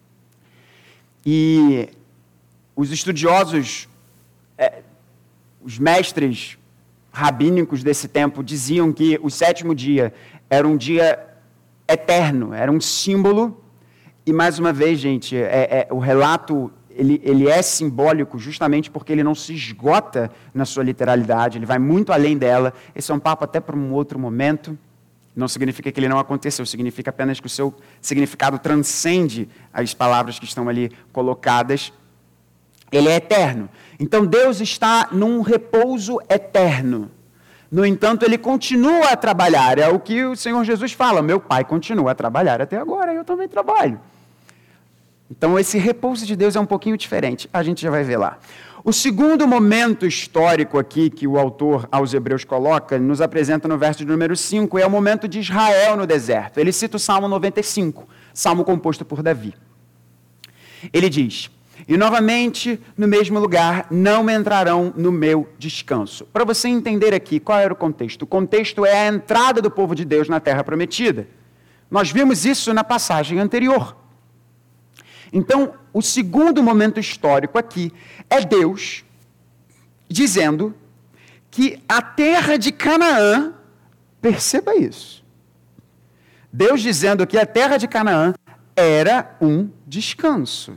E os estudiosos, os mestres rabínicos desse tempo diziam que o sétimo dia era um dia eterno, era um símbolo. E mais uma vez, gente, o relato ele é simbólico justamente porque ele não se esgota na sua literalidade, ele vai muito além dela. Esse é um papo até para um outro momento. Não significa que ele não aconteceu, significa apenas que o seu significado transcende as palavras que estão ali colocadas. Ele é eterno. Então Deus está num repouso eterno. No entanto, ele continua a trabalhar. É o que o Senhor Jesus fala: meu Pai continua a trabalhar até agora, eu também trabalho. Então esse repouso de Deus é um pouquinho diferente. A gente já vai ver lá. O segundo momento histórico aqui que o autor aos Hebreus coloca, nos apresenta no verso de número 5, é o momento de Israel no deserto. Ele cita o Salmo 95, salmo composto por Davi. Ele diz: e novamente, no mesmo lugar, não entrarão no meu descanso. Para você entender aqui, qual era o contexto? O contexto é a entrada do povo de Deus na terra prometida. Nós vimos isso na passagem anterior. Então, o segundo momento histórico aqui é Deus dizendo que a terra de Canaã, perceba isso, Deus dizendo que a terra de Canaã era um descanso.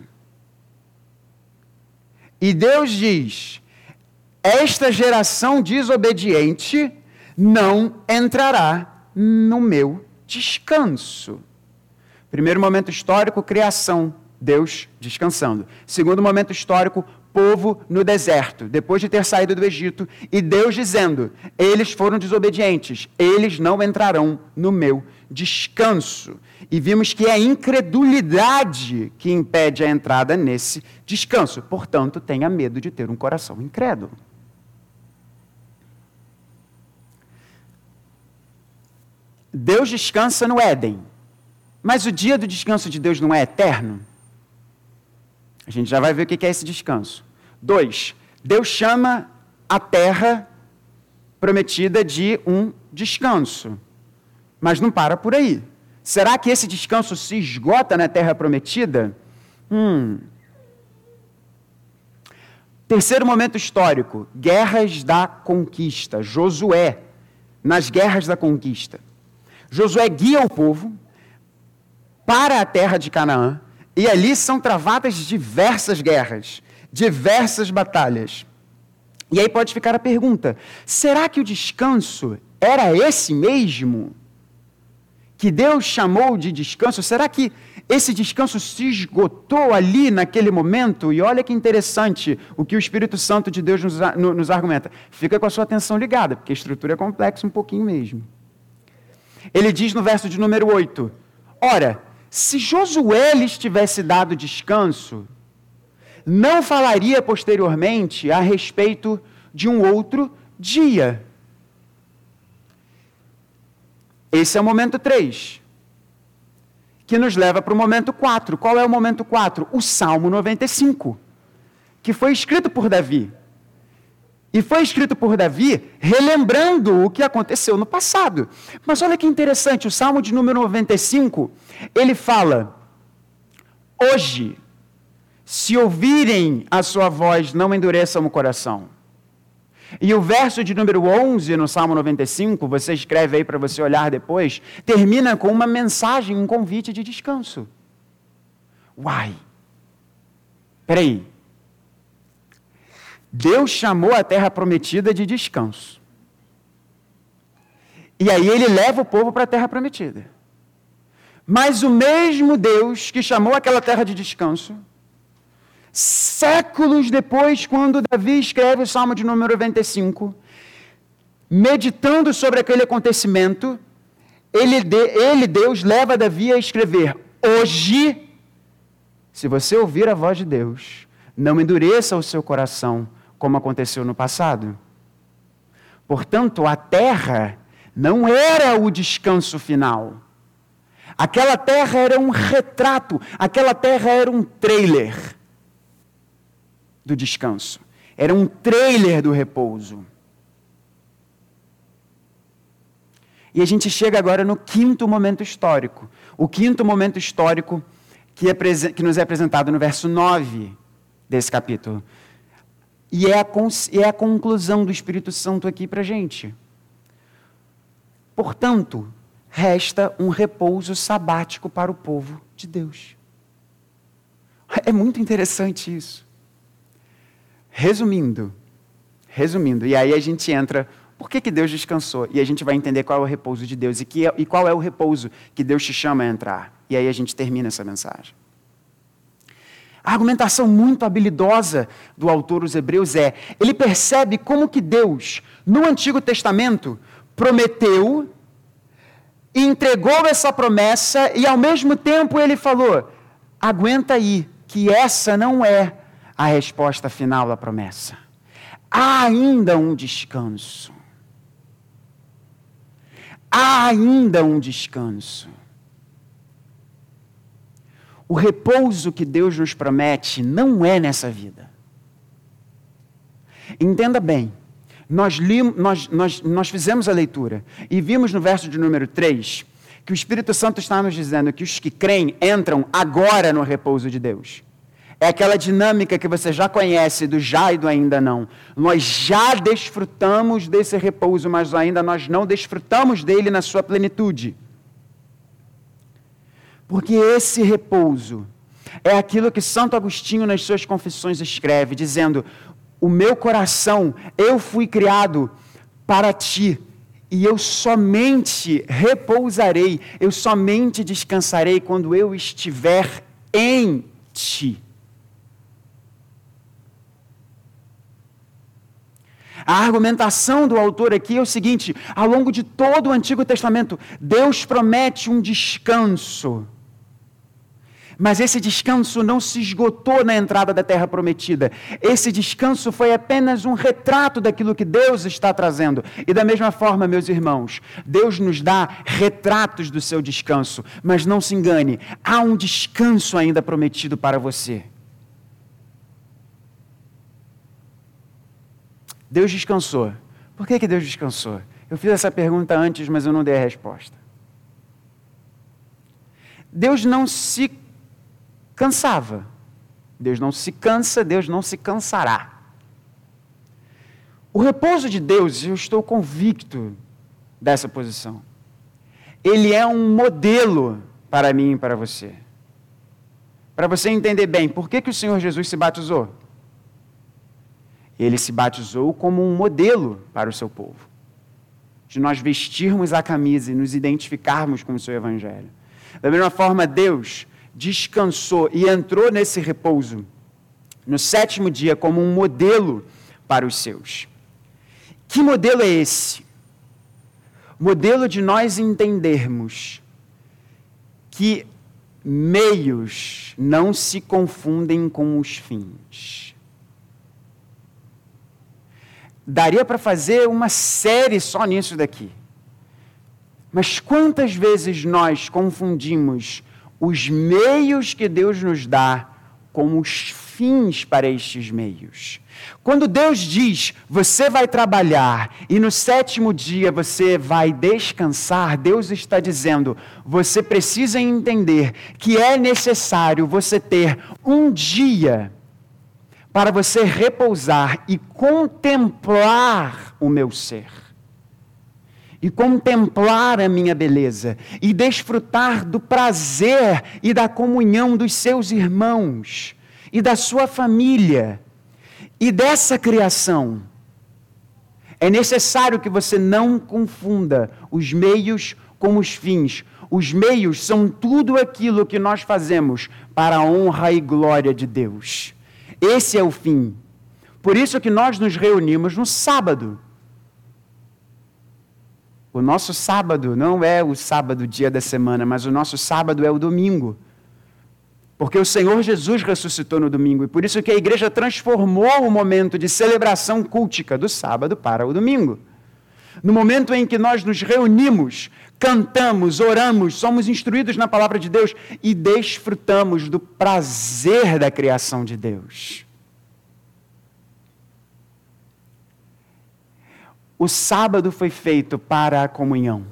E Deus diz: esta geração desobediente não entrará no meu descanso. Primeiro momento histórico, criação, Deus descansando. Segundo momento histórico, povo no deserto, depois de ter saído do Egito, e Deus dizendo: eles foram desobedientes, eles não entrarão no meu descanso. E vimos que é a incredulidade que impede a entrada nesse descanso. Portanto, tenha medo de ter um coração incrédulo. Deus descansa no Éden, mas o dia do descanso de Deus não é eterno? A gente já vai ver o que é esse descanso. 2, Deus chama a terra prometida de um descanso, mas não para por aí. Será que esse descanso se esgota na terra prometida? Terceiro momento histórico, guerras da conquista. Josué, nas guerras da conquista. Josué guia o povo para a terra de Canaã, e ali são travadas diversas guerras, diversas batalhas. E aí pode ficar a pergunta: será que o descanso era esse mesmo que Deus chamou de descanso? Será que esse descanso se esgotou ali naquele momento? E olha que interessante o que o Espírito Santo de Deus nos argumenta. Fica com a sua atenção ligada, porque a estrutura é complexa um pouquinho mesmo. Ele diz no verso de número 8, ora, se Josué lhes tivesse dado descanso, não falaria posteriormente a respeito de um outro dia. Esse é o momento 3, que nos leva para o momento 4. Qual é o momento 4? O Salmo 95, que foi escrito por Davi. E foi escrito por Davi relembrando o que aconteceu no passado. Mas olha que interessante, o Salmo de número 95, ele fala: hoje, se ouvirem a sua voz, não endureçam o coração. E o verso de número 11, no Salmo 95, você escreve aí para você olhar depois, termina com uma mensagem, um convite de descanso. Uai! Peraí. Deus chamou a terra prometida de descanso. E aí ele leva o povo para a terra prometida. Mas o mesmo Deus que chamou aquela terra de descanso, séculos depois, quando Davi escreve o Salmo de número 95, meditando sobre aquele acontecimento, Deus, leva Davi a escrever: hoje, se você ouvir a voz de Deus, não endureça o seu coração, como aconteceu no passado. Portanto, a terra não era o descanso final. Aquela terra era um retrato, aquela terra era um trailer do descanso. Era um trailer do repouso. E a gente chega agora no quinto momento histórico. O quinto momento histórico que nos é apresentado no verso 9 desse capítulo. E é a conclusão do Espírito Santo aqui para a gente. Portanto, resta um repouso sabático para o povo de Deus. É muito interessante isso. Resumindo, e aí a gente entra, por que Deus descansou? E a gente vai entender qual é o repouso de Deus e qual é o repouso que Deus te chama a entrar. E aí a gente termina essa mensagem. A argumentação muito habilidosa do autor dos Hebreus ele percebe como que Deus, no Antigo Testamento, prometeu, entregou essa promessa e ao mesmo tempo ele falou, aguenta aí, que essa não é a resposta final da promessa. Há ainda um descanso. Há ainda um descanso. O repouso que Deus nos promete não é nessa vida. Entenda bem, nós fizemos a leitura e vimos no verso de número 3 que o Espírito Santo está nos dizendo que os que creem entram agora no repouso de Deus. É aquela dinâmica que você já conhece do já e do ainda não. Nós já desfrutamos desse repouso, mas ainda nós não desfrutamos dele na sua plenitude. Porque esse repouso é aquilo que Santo Agostinho nas suas confissões escreve, dizendo, o meu coração, eu fui criado para ti, e eu somente repousarei, eu somente descansarei quando eu estiver em ti. A argumentação do autor aqui é o seguinte, ao longo de todo o Antigo Testamento, Deus promete um descanso. Mas esse descanso não se esgotou na entrada da terra prometida. Esse descanso foi apenas um retrato daquilo que Deus está trazendo. E da mesma forma, meus irmãos, Deus nos dá retratos do seu descanso. Mas não se engane, há um descanso ainda prometido para você. Deus descansou. Por que Deus descansou? Eu fiz essa pergunta antes, mas eu não dei a resposta. Deus não se cansava. Deus não se cansa, Deus não se cansará. O repouso de Deus, eu estou convicto dessa posição. Ele é um modelo para mim e para você. Para você entender bem, por que o Senhor Jesus se batizou? Ele se batizou como um modelo para o seu povo. De nós vestirmos a camisa e nos identificarmos com o seu evangelho. Da mesma forma, Deus descansou e entrou nesse repouso no 7º dia como um modelo para os seus. Que modelo é esse? Modelo de nós entendermos que meios não se confundem com os fins. Daria para fazer uma série só nisso daqui. Mas quantas vezes nós confundimos os meios que Deus nos dá com os fins para estes meios? Quando Deus diz, você vai trabalhar e no 7º dia você vai descansar, Deus está dizendo, você precisa entender que é necessário você ter um dia para você repousar e contemplar o meu ser. E contemplar a minha beleza, e desfrutar do prazer e da comunhão dos seus irmãos, e da sua família, e dessa criação. É necessário que você não confunda os meios com os fins. Os meios são tudo aquilo que nós fazemos para a honra e glória de Deus. Esse é o fim. Por isso que nós nos reunimos no sábado. O nosso sábado não é o sábado dia da semana, mas o nosso sábado é o domingo. Porque o Senhor Jesus ressuscitou no domingo e por isso que a igreja transformou o momento de celebração cultica do sábado para o domingo. No momento em que nós nos reunimos, cantamos, oramos, somos instruídos na palavra de Deus e desfrutamos do prazer da criação de Deus. O sábado foi feito para a comunhão.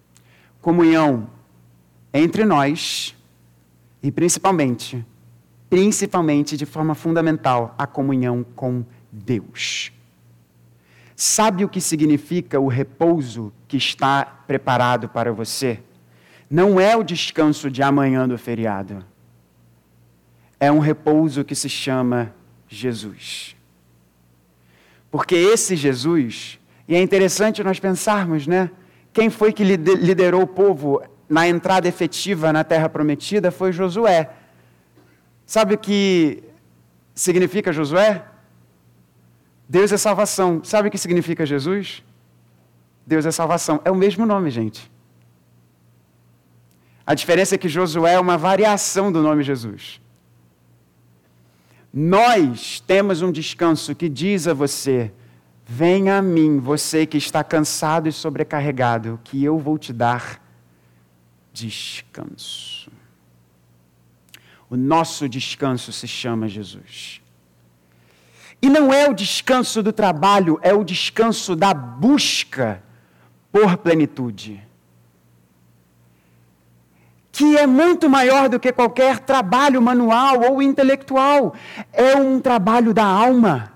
Comunhão entre nós e, principalmente, principalmente, de forma fundamental, a comunhão com Deus. Sabe o que significa o repouso que está preparado para você? Não é o descanso de amanhã do feriado. É um repouso que se chama Jesus. Porque esse Jesus, e é interessante nós pensarmos, né? Quem foi que liderou o povo na entrada efetiva na Terra Prometida foi Josué. Sabe o que significa Josué? Deus é salvação. Sabe o que significa Jesus? Deus é salvação. É o mesmo nome, gente. A diferença é que Josué é uma variação do nome Jesus. Nós temos um descanso que diz a você: venha a mim, você que está cansado e sobrecarregado, que eu vou te dar descanso. O nosso descanso se chama Jesus. E não é o descanso do trabalho, é o descanso da busca por plenitude. Que é muito maior do que qualquer trabalho manual ou intelectual. É um trabalho da alma.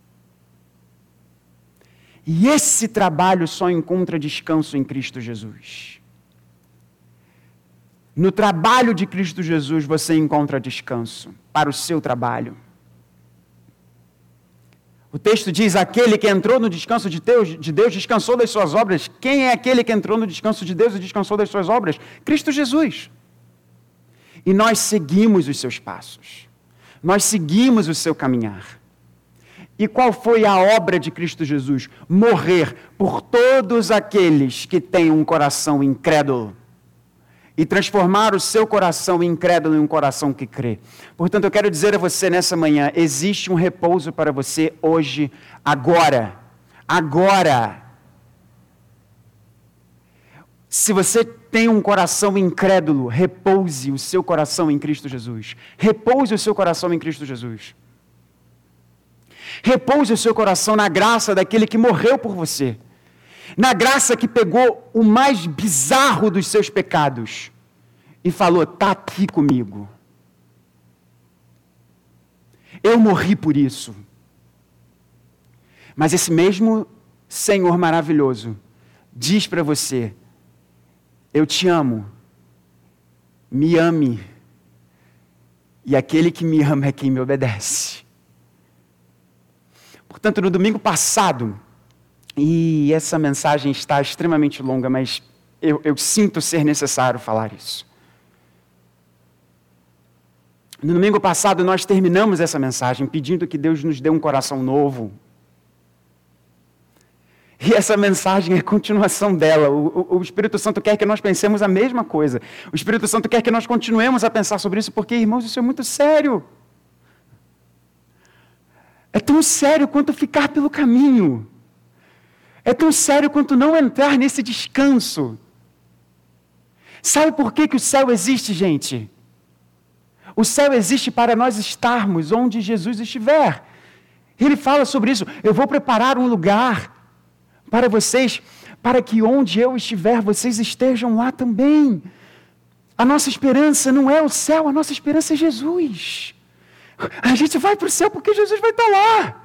E esse trabalho só encontra descanso em Cristo Jesus. No trabalho de Cristo Jesus você encontra descanso para o seu trabalho. O texto diz: aquele que entrou no descanso de Deus descansou das suas obras. Quem é aquele que entrou no descanso de Deus e descansou das suas obras? Cristo Jesus. E nós seguimos os seus passos. Nós seguimos o seu caminhar. E qual foi a obra de Cristo Jesus? Morrer por todos aqueles que têm um coração incrédulo. E transformar o seu coração incrédulo em um coração que crê. Portanto, eu quero dizer a você nessa manhã, existe um repouso para você hoje, agora. Agora. Se você tem um coração incrédulo, repouse o seu coração em Cristo Jesus. Repouse o seu coração em Cristo Jesus. Repouse o seu coração na graça daquele que morreu por você. Na graça que pegou o mais bizarro dos seus pecados e falou: está aqui comigo. Eu morri por isso. Mas esse mesmo Senhor maravilhoso diz para você: eu te amo, me ame, e aquele que me ama é quem me obedece. Portanto, no domingo passado, e essa mensagem está extremamente longa, mas eu sinto ser necessário falar isso. No domingo passado, nós terminamos essa mensagem pedindo que Deus nos dê um coração novo. E essa mensagem é a continuação dela. O Espírito Santo quer que nós pensemos a mesma coisa. O Espírito Santo quer que nós continuemos a pensar sobre isso, porque, irmãos, isso é muito sério. É tão sério quanto ficar pelo caminho. É tão sério quanto não entrar nesse descanso. Sabe por que o céu existe, gente? O céu existe para nós estarmos onde Jesus estiver. Ele fala sobre isso. Eu vou preparar um lugar para vocês, para que onde eu estiver, vocês estejam lá também. A nossa esperança não é o céu, a nossa esperança é Jesus. A gente vai para o céu porque Jesus vai estar lá.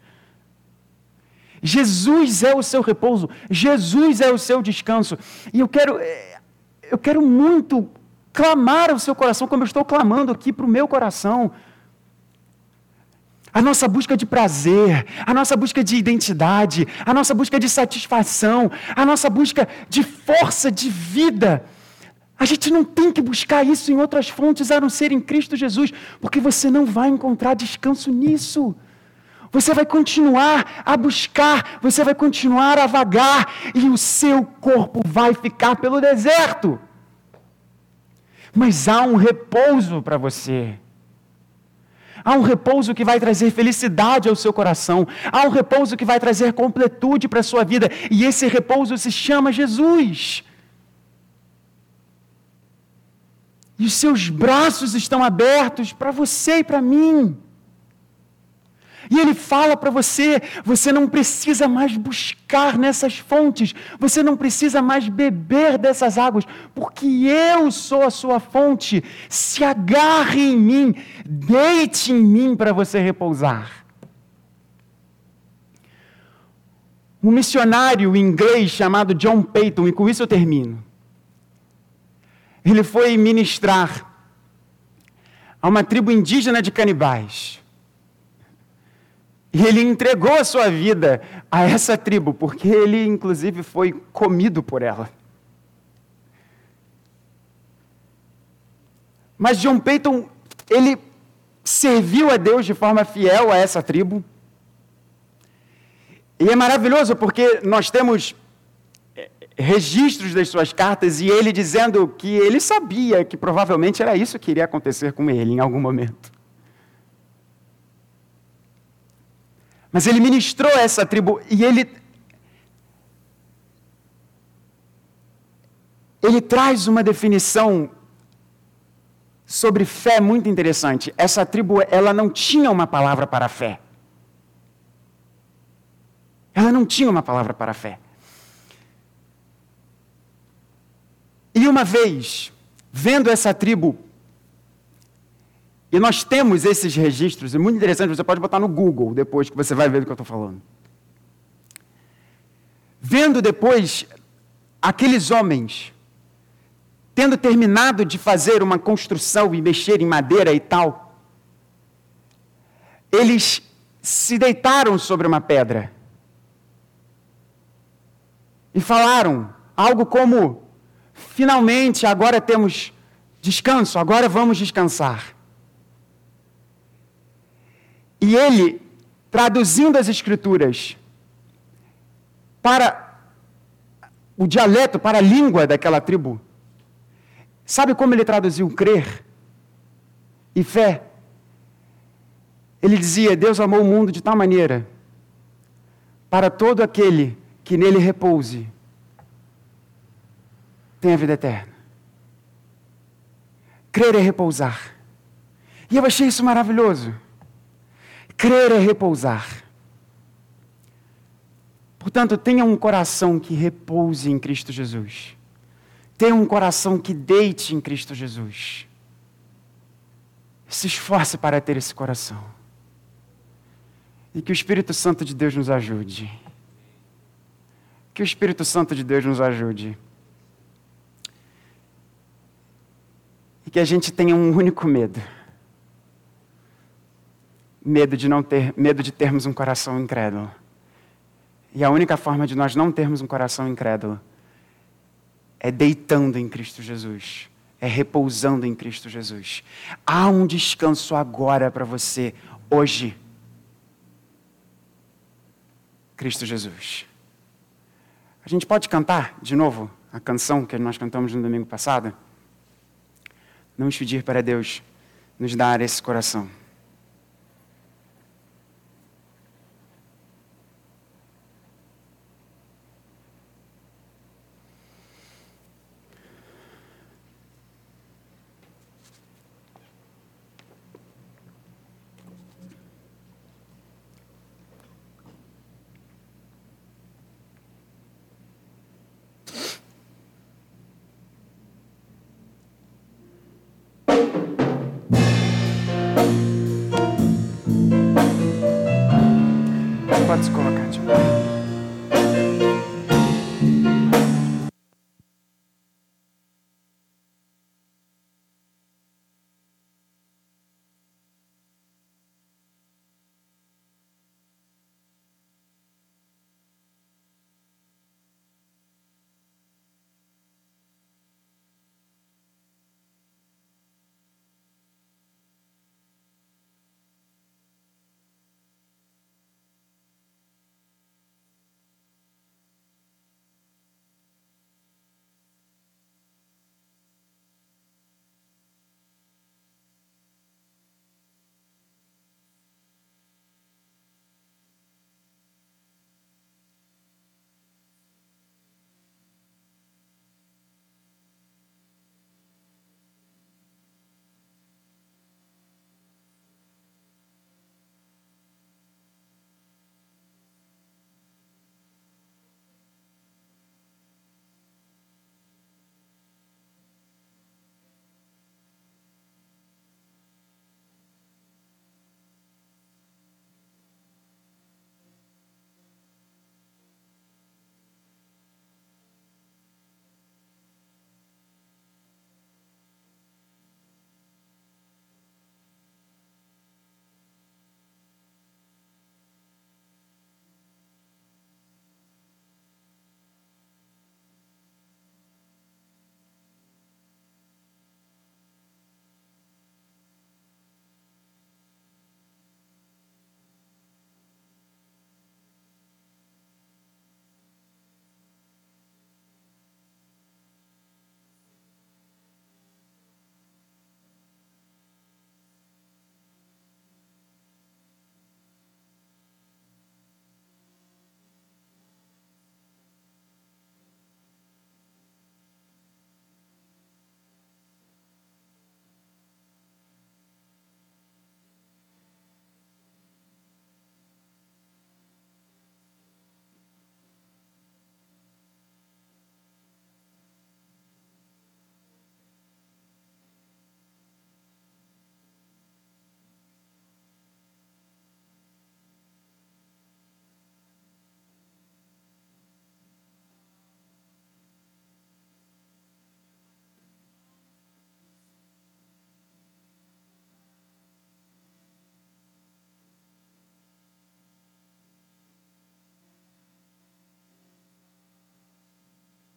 Jesus é o seu repouso, Jesus é o seu descanso. E eu quero muito clamar ao seu coração, como eu estou clamando aqui para o meu coração. A nossa busca de prazer, a nossa busca de identidade, a nossa busca de satisfação, a nossa busca de força de vida. A gente não tem que buscar isso em outras fontes a não ser em Cristo Jesus, porque você não vai encontrar descanso nisso. Você vai continuar a buscar, você vai continuar a vagar e o seu corpo vai ficar pelo deserto. Mas há um repouso para você. Há um repouso que vai trazer felicidade ao seu coração. Há um repouso que vai trazer completude para a sua vida. E esse repouso se chama Jesus. E os seus braços estão abertos para você e para mim. E ele fala para você, você não precisa mais buscar nessas fontes, você não precisa mais beber dessas águas, porque eu sou a sua fonte. Se agarre em mim, deite em mim para você repousar. Um missionário inglês chamado John Paton, e com isso eu termino, ele foi ministrar a uma tribo indígena de canibais. E ele entregou a sua vida a essa tribo, porque ele, inclusive, foi comido por ela. Mas John Paton, ele serviu a Deus de forma fiel a essa tribo. E é maravilhoso, porque nós temos registros das suas cartas e ele dizendo que ele sabia que provavelmente era isso que iria acontecer com ele em algum momento. Mas ele ministrou essa tribo e ele traz uma definição sobre fé muito interessante. Essa tribo, ela não tinha uma palavra para a fé. Ela não tinha uma palavra para a fé. E uma vez, vendo essa tribo, e nós temos esses registros, é muito interessante, você pode botar no Google depois que você vai ver do que eu estou falando. Vendo depois aqueles homens, tendo terminado de fazer uma construção e mexer em madeira e tal, eles se deitaram sobre uma pedra e falaram algo como: finalmente, agora temos descanso, agora vamos descansar. E ele, traduzindo as Escrituras para o dialeto, para a língua daquela tribo, sabe como ele traduziu crer e fé? Ele dizia: Deus amou o mundo de tal maneira, para todo aquele que nele repouse, tem a vida eterna. Crer é repousar. E eu achei isso maravilhoso. Crer é repousar. Portanto, tenha um coração que repouse em Cristo Jesus. Tenha um coração que deite em Cristo Jesus. Se esforce para ter esse coração. E que o Espírito Santo de Deus nos ajude. Que o Espírito Santo de Deus nos ajude. E que a gente tenha um único medo. Medo de termos um coração incrédulo. E a única forma de nós não termos um coração incrédulo é deitando em Cristo Jesus, é repousando em Cristo Jesus. Há um descanso agora para você, hoje. Cristo Jesus. A gente pode cantar de novo a canção que nós cantamos no domingo passado? Vamos pedir para Deus nos dar esse coração. Pode se colocar de pé.